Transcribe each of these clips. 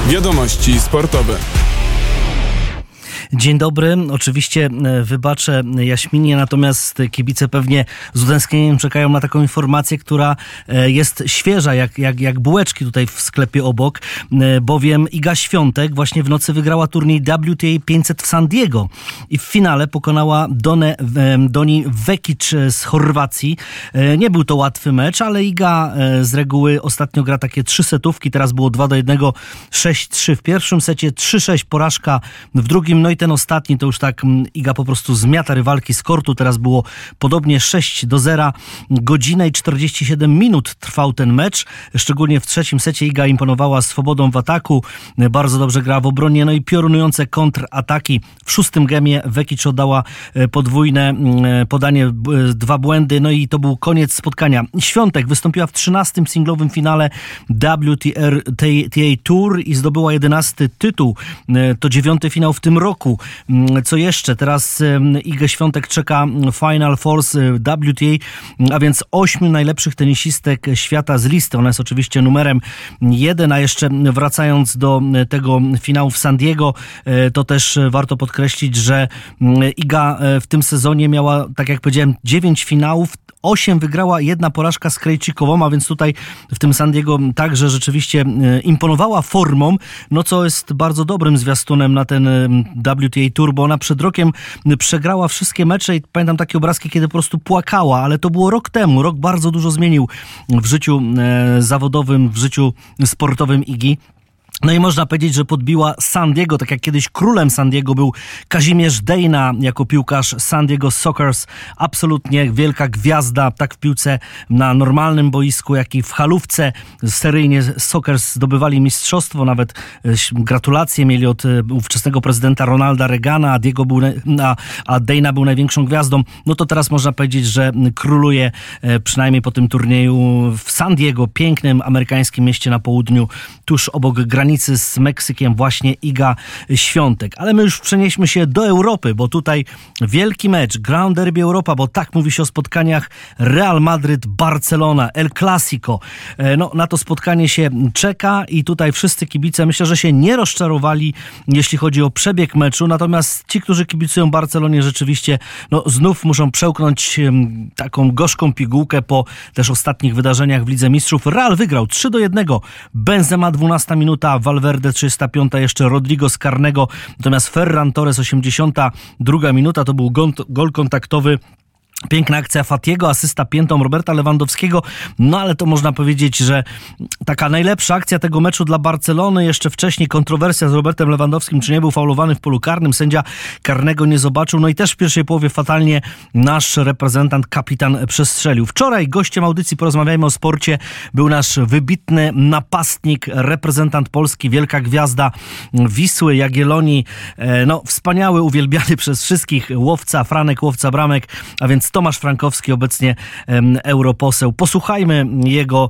Wiadomości sportowe. Dzień dobry. Oczywiście wybaczę Jaśminie, natomiast kibice pewnie z utęsknieniem czekają na taką informację, która jest świeża, jak bułeczki tutaj w sklepie obok, bowiem Iga Świątek właśnie w nocy wygrała turniej WTA 500 w San Diego i w finale pokonała Doni Vekic z Chorwacji. Nie był to łatwy mecz, ale Iga z reguły ostatnio gra takie 3 setówki, teraz było 2-1, 6-3 w pierwszym secie, 3-6 porażka w drugim, no i ten ostatni to już tak Iga po prostu zmiata rywalki z kortu. Teraz było podobnie 6-0. Godzinę i 47 minut trwał ten mecz. Szczególnie w trzecim secie Iga imponowała swobodą w ataku. Bardzo dobrze grała w obronie. No i piorunujące kontrataki. W 6. gemie Vekic oddała podwójne podanie, 2 błędy. No i to był koniec spotkania. Świątek wystąpiła w 13. singlowym finale WTA Tour i zdobyła 11. tytuł. To 9. finał w tym roku. Co jeszcze? Teraz Igę Świątek czeka Final Force WTA, a więc 8 najlepszych tenisistek świata z listy. Ona jest oczywiście numerem 1, a jeszcze wracając do tego finału w San Diego, to też warto podkreślić, że Iga w tym sezonie miała, tak jak powiedziałem, 9 finałów, 8 wygrała, 1 porażka z Krejcikową, a więc tutaj w tym San Diego także rzeczywiście imponowała formą, no co jest bardzo dobrym zwiastunem na ten WTA Tour, bo ona przed rokiem przegrała wszystkie mecze i pamiętam takie obrazki, kiedy po prostu płakała, ale to było rok temu. Rok bardzo dużo zmienił w życiu zawodowym, w życiu sportowym Igi. No i można powiedzieć, że podbiła San Diego, tak jak kiedyś królem San Diego był Kazimierz Dejna jako piłkarz San Diego Sockers. Absolutnie wielka gwiazda, tak w piłce na normalnym boisku, jak i w halówce. Seryjnie Sockers zdobywali mistrzostwo, nawet gratulacje mieli od ówczesnego prezydenta Ronalda Reagana, a Dejna był największą gwiazdą. No to teraz można powiedzieć, że króluje przynajmniej po tym turnieju w San Diego, pięknym amerykańskim mieście na południu, tuż obok granicy z Meksykiem, właśnie Iga Świątek. Ale my już przenieśmy się do Europy, bo tutaj wielki mecz, Grand Derby Europa, bo tak mówi się o spotkaniach Real Madryt-Barcelona, El Clasico. No, na to spotkanie się czeka i tutaj wszyscy kibice myślę, że się nie rozczarowali, jeśli chodzi o przebieg meczu, natomiast ci, którzy kibicują Barcelonie, rzeczywiście znów muszą przełknąć taką gorzką pigułkę po też ostatnich wydarzeniach w Lidze Mistrzów. Real wygrał 3-1, Benzema 12 minuta, Valverde 35, jeszcze Rodrigo z karnego, natomiast Ferran Torres 82 minuta, to był gol kontaktowy. Piękna akcja Fatiego, asysta piętą Roberta Lewandowskiego, no ale to można powiedzieć, że taka najlepsza akcja tego meczu dla Barcelony. Jeszcze wcześniej kontrowersja z Robertem Lewandowskim, czy nie był faulowany w polu karnym, sędzia karnego nie zobaczył, no i też w pierwszej połowie fatalnie nasz reprezentant, kapitan przestrzelił. Wczoraj gościem audycji Porozmawiajmy o sporcie był nasz wybitny napastnik, reprezentant Polski, wielka gwiazda Wisły, Jagiellonii, no wspaniały, uwielbiany przez wszystkich łowca Franek, łowca bramek, a więc Tomasz Frankowski, obecnie europoseł. Posłuchajmy jego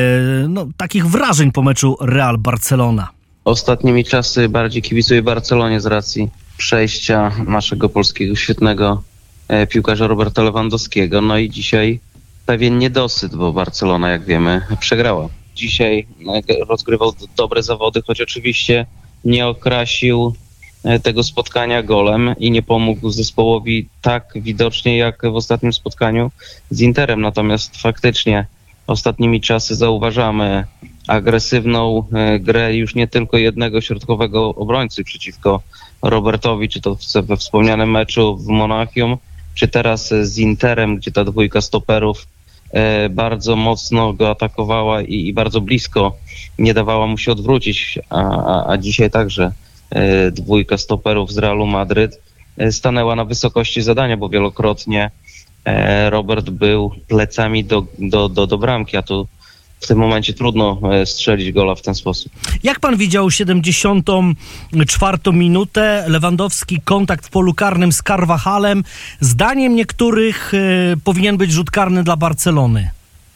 takich wrażeń po meczu Real-Barcelona. Ostatnimi czasy bardziej kibicuję Barcelonie z racji przejścia naszego polskiego świetnego piłkarza Roberta Lewandowskiego. No i dzisiaj pewien niedosyt, bo Barcelona, jak wiemy, przegrała. Dzisiaj rozgrywał dobre zawody, choć oczywiście nie okrasił tego spotkania golem i nie pomógł zespołowi tak widocznie jak w ostatnim spotkaniu z Interem. Natomiast faktycznie ostatnimi czasy zauważamy agresywną grę już nie tylko jednego środkowego obrońcy przeciwko Robertowi, czy to we wspomnianym meczu w Monachium, czy teraz z Interem, gdzie ta dwójka stoperów bardzo mocno go atakowała i bardzo blisko nie dawała mu się odwrócić, a dzisiaj także dwójka stoperów z Realu Madryt stanęła na wysokości zadania, bo wielokrotnie Robert był plecami do bramki, a tu w tym momencie trudno strzelić gola w ten sposób. Jak pan widział 74. minutę? Lewandowski, kontakt w polu karnym z Carvajalem. Zdaniem niektórych powinien być rzut karny dla Barcelony.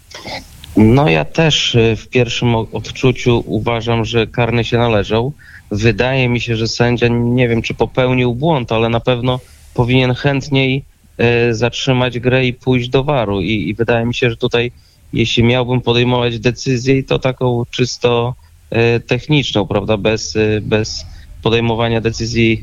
No ja też w pierwszym odczuciu uważam, że karny się należał. Wydaje mi się, że sędzia, nie wiem czy popełnił błąd, ale na pewno powinien chętniej zatrzymać grę i pójść do VAR-u. I wydaje mi się, że tutaj jeśli miałbym podejmować decyzję, to taką czysto techniczną, prawda, bez podejmowania decyzji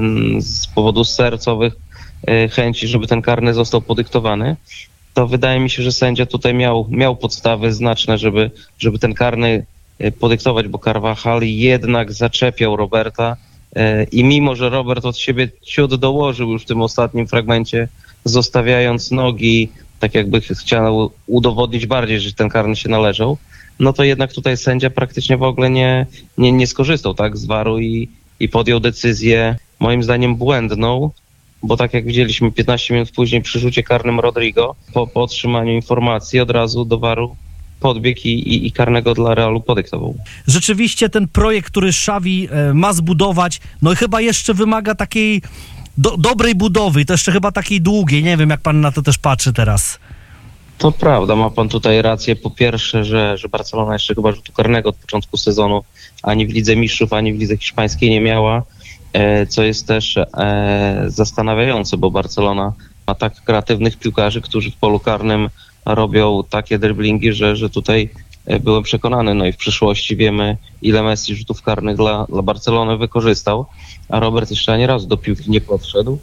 z powodów sercowych, chęci, żeby ten karny został podyktowany, to wydaje mi się, że sędzia tutaj miał podstawy znaczne, żeby ten karny podyktować, bo Carvajal jednak zaczepiał Roberta i mimo, że Robert od siebie ciut dołożył już w tym ostatnim fragmencie, zostawiając nogi, tak jakby chciał udowodnić bardziej, że ten karny się należał, no to jednak tutaj sędzia praktycznie w ogóle nie skorzystał, tak, z VAR-u i podjął decyzję moim zdaniem błędną, bo tak jak widzieliśmy 15 minut później przy rzucie karnym Rodrigo, po otrzymaniu informacji od razu do VAR-u podbiegł i karnego dla Realu podyktował. Rzeczywiście ten projekt, który Xavi ma zbudować, no chyba jeszcze wymaga takiej dobrej budowy, to jeszcze chyba takiej długiej. Nie wiem, jak pan na to też patrzy teraz. To prawda, ma pan tutaj rację. Po pierwsze, że Barcelona jeszcze chyba rzutu karnego od początku sezonu ani w Lidze Mistrzów, ani w Lidze Hiszpańskiej nie miała, co jest też zastanawiające, bo Barcelona ma tak kreatywnych piłkarzy, którzy w polu karnym robią takie driblingi, że tutaj byłem przekonany. No i w przyszłości wiemy, ile Messi rzutów karnych dla Barcelony wykorzystał, a Robert jeszcze ani razu do piłki nie podszedł.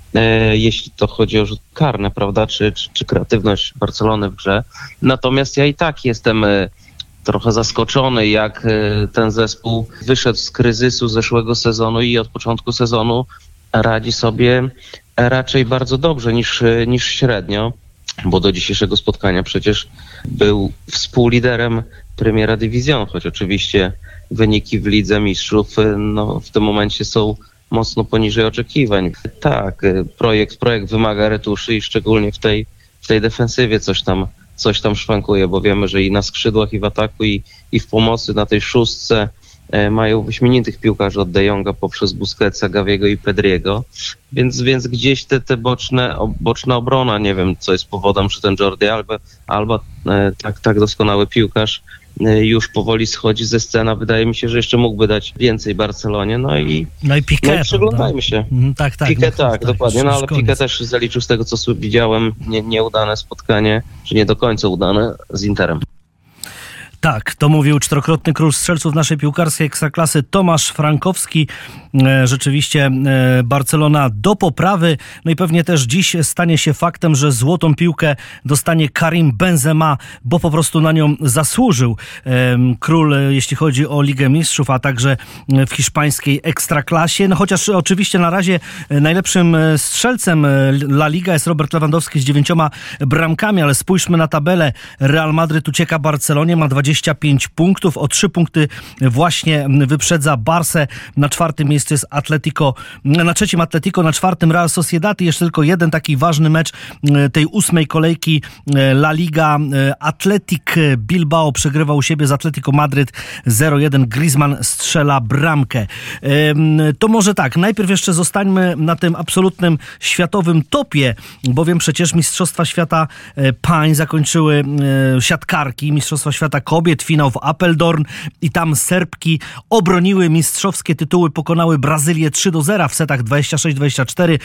Jeśli to chodzi o rzut karne, prawda, czy kreatywność Barcelony w grze. Natomiast ja i tak jestem trochę zaskoczony, jak ten zespół wyszedł z kryzysu zeszłego sezonu i od początku sezonu radzi sobie raczej bardzo dobrze niż średnio, bo do dzisiejszego spotkania przecież był współliderem Primera División, choć oczywiście wyniki w Lidze Mistrzów no, w tym momencie są mocno poniżej oczekiwań. Tak, projekt wymaga retuszy i szczególnie w tej defensywie coś tam szwankuje, bo wiemy, że i na skrzydłach, i w ataku, i w pomocy na tej szóstce mają wyśmienitych piłkarzy od De Jonga poprzez Busquetsa, Gaviego i Pedriego, więc gdzieś te boczna obrona, nie wiem co jest powodem, że ten Jordi Alba tak doskonały piłkarz już powoli schodzi ze sceny. Wydaje mi się, że jeszcze mógłby dać więcej Barcelonie. No i Piqué, przyglądajmy się. Tak. Piqué, dokładnie. No ale Piqué też zaliczył z tego, co widziałem, nieudane spotkanie, czy nie do końca udane z Interem. Tak, to mówił czterokrotny król strzelców naszej piłkarskiej ekstraklasy Tomasz Frankowski. Rzeczywiście Barcelona do poprawy. No i pewnie też dziś stanie się faktem, że złotą piłkę dostanie Karim Benzema, bo po prostu na nią zasłużył król, jeśli chodzi o Ligę Mistrzów, a także w hiszpańskiej ekstraklasie. No chociaż oczywiście na razie najlepszym strzelcem La Liga jest Robert Lewandowski z 9 bramkami, ale spójrzmy na tabelę. Real Madryt ucieka Barcelonie, ma 25 punktów, o 3 punkty właśnie wyprzedza Barsę. Na czwartym miejscu jest Atletico, na trzecim Atletico, na czwartym Real Sociedad i jeszcze tylko jeden taki ważny mecz tej 8. kolejki La Liga. Athletic Bilbao przegrywa u siebie z Atletico Madryt 0-1. Griezmann strzela bramkę. To może tak, najpierw jeszcze zostańmy na tym absolutnym światowym topie, bowiem przecież Mistrzostwa Świata pań zakończyły siatkarki, Mistrzostwa Świata kobiet, finał w Apeldoorn i tam Serbki obroniły mistrzowskie tytuły, pokonały Brazylię 3-0 w setach 26-24,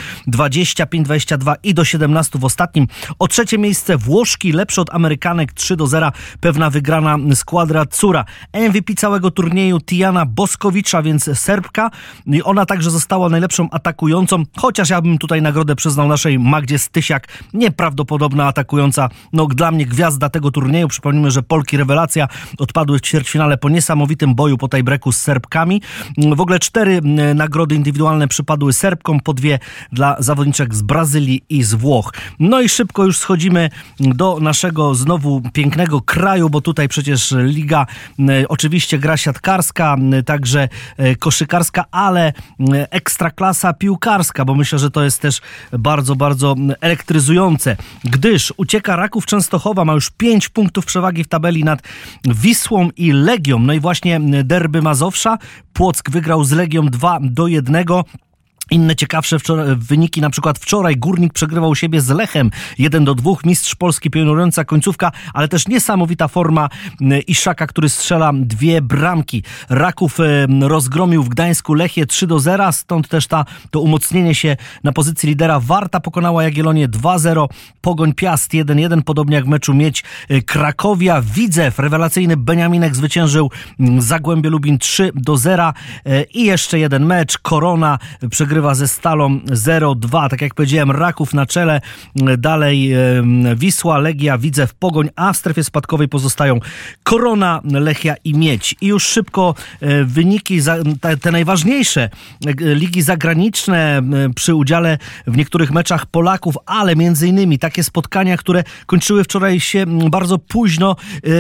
25-22 i do 17 w ostatnim. O trzecie miejsce Włoszki, lepsze od Amerykanek 3-0, pewna wygrana Squadra Azzurra. MVP całego turnieju Tijana Boskowicza, więc Serbka, i ona także została najlepszą atakującą, chociaż ja bym tutaj nagrodę przyznał naszej Magdzie Stysiak, nieprawdopodobna atakująca, no dla mnie gwiazda tego turnieju. Przypomnijmy, że Polki rewelacja odpadły w ćwierćfinale po niesamowitym boju po tiebreaku z Serbkami. W ogóle 4 nagrody indywidualne przypadły Serbkom, po 2 dla zawodniczek z Brazylii i z Włoch. No i szybko już schodzimy do naszego znowu pięknego kraju, bo tutaj przecież liga, oczywiście gra siatkarska, także koszykarska, ale ekstraklasa piłkarska, bo myślę, że to jest też bardzo, bardzo elektryzujące, gdyż ucieka Raków Częstochowa, ma już 5 punktów przewagi w tabeli nad Wisłą i Legią. No i właśnie derby Mazowsza. Płock wygrał z Legią 2-1. Inne ciekawsze wyniki, na przykład wczoraj Górnik przegrywał u siebie z Lechem 1-2, mistrz Polski, pionierująca końcówka, ale też niesamowita forma Iszaka, który strzela 2 bramki. Raków rozgromił w Gdańsku Lechię 3-0, stąd też to umocnienie się na pozycji lidera. Warta pokonała Jagiellonię 2-0, Pogoń Piast 1-1, podobnie jak w meczu Miedź Krakowia. Widzew, rewelacyjny Beniaminek zwyciężył Zagłębie Lubin 3-0 i jeszcze jeden mecz, Korona przegrywa ze Stalą 0-2. Tak jak powiedziałem, Raków na czele, dalej Wisła, Legia, Widzew, Pogoń, a w strefie spadkowej pozostają Korona, Lechia i Miedź. I już szybko wyniki, te najważniejsze ligi zagraniczne przy udziale w niektórych meczach Polaków, ale między innymi takie spotkania, które kończyły wczoraj się bardzo późno,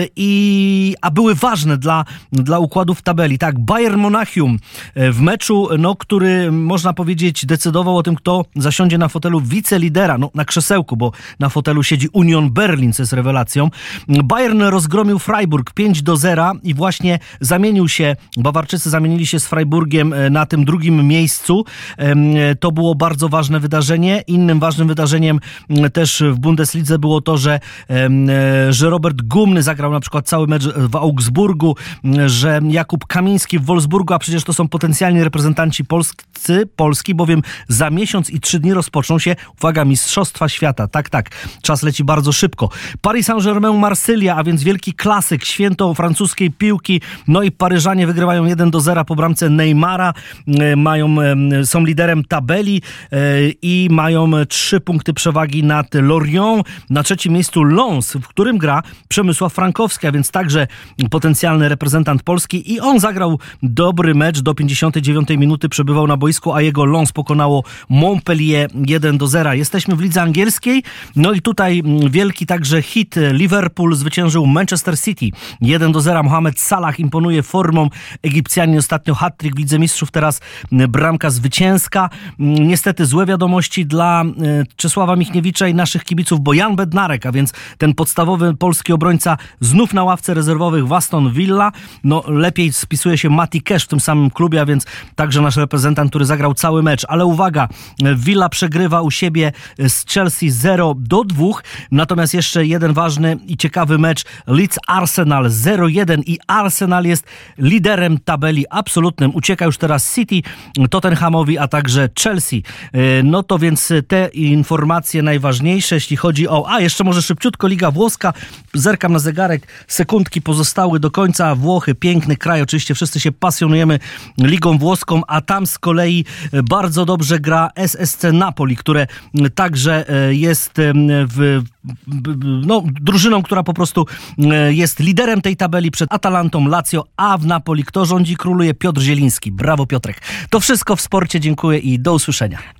a były ważne dla układów tabeli. Tak, Bayern Monachium w meczu, który można powiedzieć decydował o tym, kto zasiądzie na fotelu wicelidera, na krzesełku, bo na fotelu siedzi Union Berlin, co jest rewelacją. Bayern rozgromił Freiburg 5-0 i właśnie Bawarczycy zamienili się z Freiburgiem na tym drugim miejscu. To było bardzo ważne wydarzenie. Innym ważnym wydarzeniem też w Bundeslidze było to, że Robert Gumny zagrał na przykład cały mecz w Augsburgu, że Jakub Kamiński w Wolfsburgu, a przecież to są potencjalni reprezentanci Polski, bowiem za miesiąc i 3 dni rozpoczną się, uwaga, Mistrzostwa Świata. Tak, czas leci bardzo szybko. Paris Saint-Germain, Marsylia, a więc wielki klasyk, święto francuskiej piłki. I Paryżanie wygrywają 1-0 po bramce Neymara. Są liderem tabeli i mają 3 punkty przewagi nad Lorient. Na trzecim miejscu Lens, w którym gra Przemysław Frankowski, a więc także potencjalny reprezentant Polski, i on zagrał dobry mecz, do 59 minuty przebywał na boisku, a jego Lens pokonało Montpellier 1-0. Jesteśmy w lidze angielskiej, i tutaj wielki także hit. Liverpool zwyciężył Manchester City 1-0. Mohamed Salah imponuje formą. Egipcjanin ostatnio hat-trick w Lidze Mistrzów, teraz bramka zwycięska. Niestety złe wiadomości dla Czesława Michniewicza i naszych kibiców, bo Jan Bednarek, a więc ten podstawowy polski obrońca, znów na ławce rezerwowych w Aston Villa. Lepiej spisuje się Mati Cash w tym samym klubie, a więc także nasz reprezentant, który zagrał cały mecz. Ale uwaga, Villa przegrywa u siebie z Chelsea 0-2. Natomiast jeszcze jeden ważny i ciekawy mecz, Leeds Arsenal 0-1 i Arsenal jest liderem tabeli absolutnym. Ucieka już teraz City, Tottenhamowi, a także Chelsea. To więc te informacje najważniejsze, jeśli chodzi o... jeszcze może szybciutko Liga Włoska. Zerkam na zegarek, sekundki pozostały do końca. Włochy, piękny kraj, oczywiście wszyscy się pasjonujemy Ligą Włoską, a tam z kolei bardzo dobrze gra SSC Napoli, które także jest drużyną, która po prostu jest liderem tej tabeli przed Atalantą, Lazio, a w Napoli kto rządzi? Króluje Piotr Zieliński. Brawo, Piotrek. To wszystko w sporcie, dziękuję i do usłyszenia.